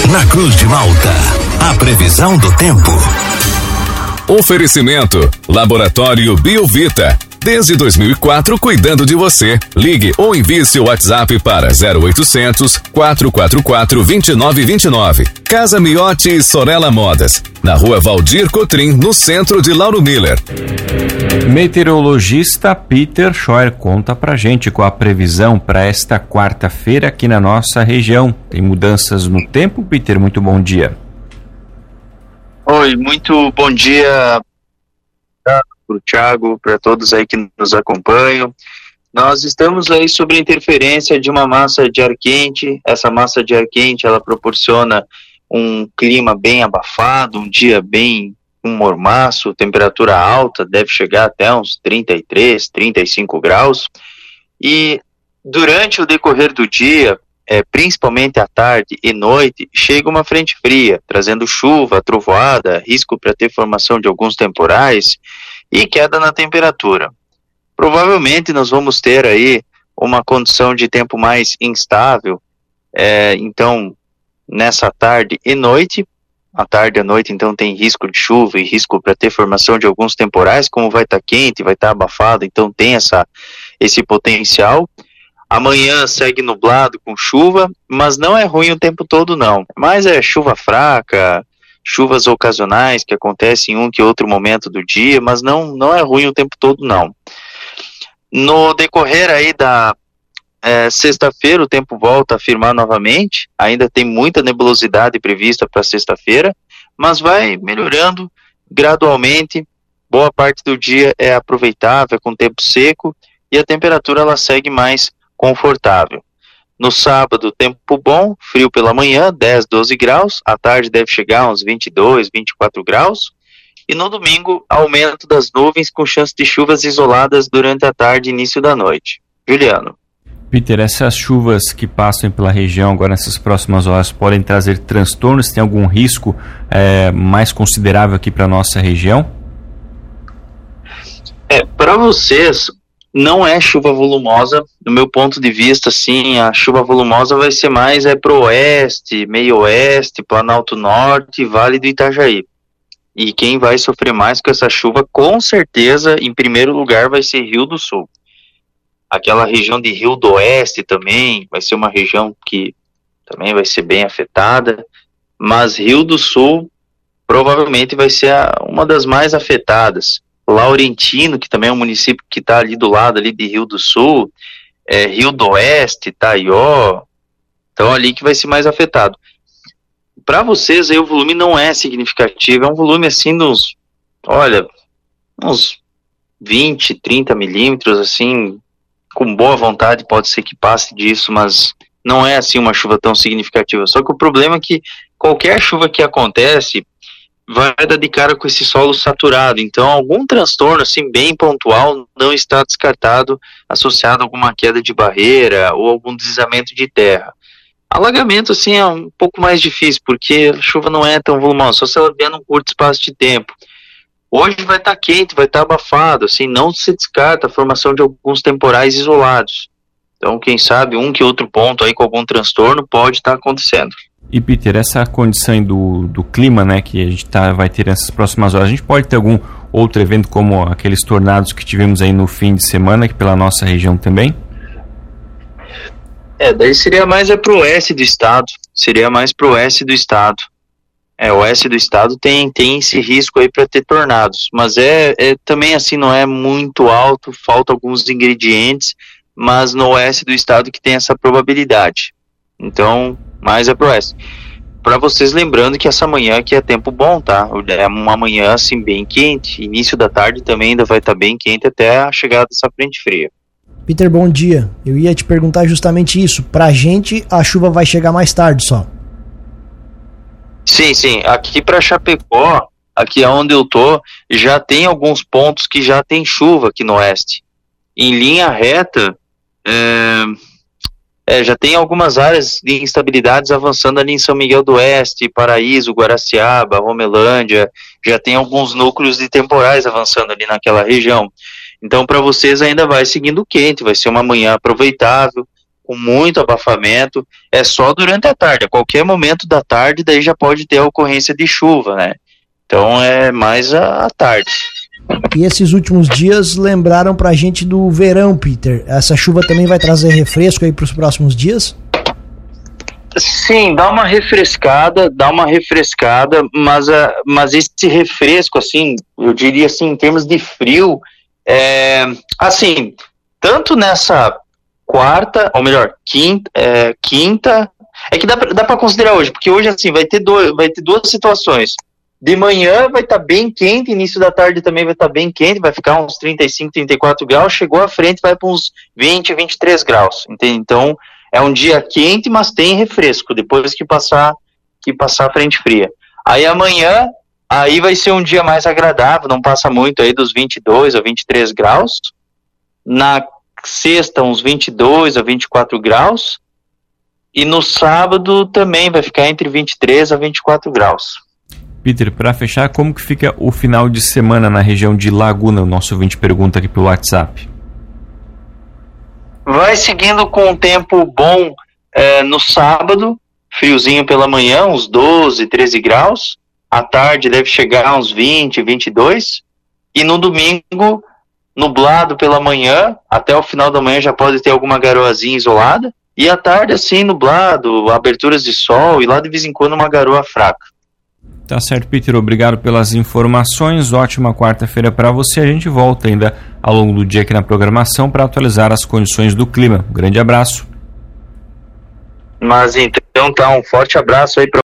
Na Cruz de Malta, a previsão do tempo. Oferecimento: Laboratório Biovita. Desde 2004, cuidando de você. Ligue ou envie seu WhatsApp para 0800 444 2929. Casa Miotti e Sorella Modas, na Rua Valdir Cotrim, no centro de Lauro Miller. Meteorologista Peter Scheuer conta pra gente com a previsão para esta quarta-feira aqui na nossa região. Tem mudanças no tempo, Peter? Muito bom dia. Oi, muito bom dia para o Thiago, para todos aí que nos acompanham. Nós estamos aí sob a interferência de uma massa de ar quente. Essa massa de ar quente, ela proporciona um clima bem abafado, um dia bem um mormaço, temperatura alta, deve chegar até uns 33, 35 graus. E durante o decorrer do dia, principalmente à tarde e noite, chega uma frente fria, trazendo chuva, trovoada, risco para ter formação de alguns temporais e queda na temperatura. Provavelmente nós vamos ter aí uma condição de tempo mais instável, então nessa tarde e noite. À tarde e à noite, então, tem risco de chuva e risco para ter formação de alguns temporais, como vai estar quente, vai estar abafado, então tem esse potencial. Amanhã segue nublado com chuva, mas não é ruim o tempo todo não, mas é chuva fraca, chuvas ocasionais que acontecem em um que outro momento do dia, mas não é ruim o tempo todo não. No decorrer aí da sexta-feira o tempo volta a firmar novamente, ainda tem muita nebulosidade prevista para sexta-feira, mas vai melhorando gradualmente, boa parte do dia é aproveitável, com tempo seco, e a temperatura ela segue mais confortável. No sábado, tempo bom, frio pela manhã, 10, 12 graus, à tarde deve chegar a uns 22, 24 graus, e no domingo, aumento das nuvens com chance de chuvas isoladas durante a tarde e início da noite. Juliano. Peter, essas chuvas que passam pela região agora nessas próximas horas podem trazer transtornos? Tem algum risco mais considerável aqui para a nossa região? Para vocês, não é chuva volumosa, do meu ponto de vista, sim, a chuva volumosa vai ser mais para o oeste, meio oeste, Planalto Norte, Vale do Itajaí. E quem vai sofrer mais com essa chuva, com certeza, em primeiro lugar, vai ser Rio do Sul. Aquela região de Rio do Oeste também vai ser uma região que também vai ser bem afetada, mas Rio do Sul provavelmente vai ser uma das mais afetadas. Laurentino, que também é um município que está ali do lado ali de Rio do Sul, Rio do Oeste, Itaió, então ali que vai ser mais afetado. Para vocês aí o volume não é significativo, é um volume assim uns 20, 30 milímetros, assim, com boa vontade pode ser que passe disso, mas não é assim uma chuva tão significativa. Só que o problema é que qualquer chuva que acontece vai dar de cara com esse solo saturado, então algum transtorno assim bem pontual não está descartado, associado a alguma queda de barreira ou algum deslizamento de terra. Alagamento assim é um pouco mais difícil, porque a chuva não é tão volumosa, só se ela vier num curto espaço de tempo. Hoje vai estar quente, vai estar abafado, assim, não se descarta a formação de alguns temporais isolados. Então, quem sabe, um que outro ponto aí com algum transtorno pode estar acontecendo. E, Peter, essa condição do clima, né, que a gente vai ter nessas próximas horas, a gente pode ter algum outro evento como aqueles tornados que tivemos aí no fim de semana, aqui pela nossa região também? Daí seria mais pro oeste do estado, o oeste do estado tem esse risco aí para ter tornados, mas também assim não é muito alto, falta alguns ingredientes, mas no oeste do estado que tem essa probabilidade, então mais pro oeste. Para vocês lembrando que essa manhã aqui é tempo bom, tá? É uma manhã assim bem quente, início da tarde também ainda vai estar bem quente até a chegada dessa frente fria. Peter, bom dia. Eu ia te perguntar justamente isso. Pra gente, a chuva vai chegar mais tarde só. Sim. Aqui para Chapecó, aqui onde eu tô, já tem alguns pontos que já tem chuva aqui no oeste. Em linha reta, já tem algumas áreas de instabilidades avançando ali em São Miguel do Oeste, Paraíso, Guaraciaba, Romelândia. Já tem alguns núcleos de temporais avançando ali naquela região. Então, para vocês ainda vai seguindo quente, vai ser uma manhã aproveitável, com muito abafamento, é só durante a tarde. A qualquer momento da tarde, daí já pode ter a ocorrência de chuva, né? Então é mais à tarde. E esses últimos dias lembraram pra gente do verão, Peter. Essa chuva também vai trazer refresco aí pros próximos dias? Sim, dá uma refrescada, mas esse refresco, assim, eu diria assim, em termos de frio, assim, tanto nessa quarta, ou melhor, quinta, é que dá pra considerar hoje, porque hoje, assim, vai ter duas situações. De manhã vai estar bem quente, início da tarde também vai estar bem quente, vai ficar uns 35, 34 graus, chegou à frente vai para uns 20, 23 graus, entende? Então, é um dia quente, mas tem refresco, depois que passar a frente fria. Aí amanhã, aí vai ser um dia mais agradável, não passa muito aí dos 22 a 23 graus. Na sexta, uns 22 a 24 graus. E no sábado também vai ficar entre 23 a 24 graus. Peter, para fechar, como que fica o final de semana na região de Laguna? O nosso ouvinte pergunta aqui pelo WhatsApp. Vai seguindo com um tempo bom no sábado, friozinho pela manhã, uns 12, 13 graus. À tarde deve chegar a uns 20, 22. E no domingo, nublado pela manhã, até o final da manhã já pode ter alguma garoazinha isolada. E à tarde, assim, nublado, aberturas de sol e lá de vez em quando uma garoa fraca. Tá certo, Peter, obrigado pelas informações, ótima quarta-feira para você, a gente volta ainda ao longo do dia aqui na programação para atualizar as condições do clima. Um grande abraço. Mas então tá, um forte abraço aí para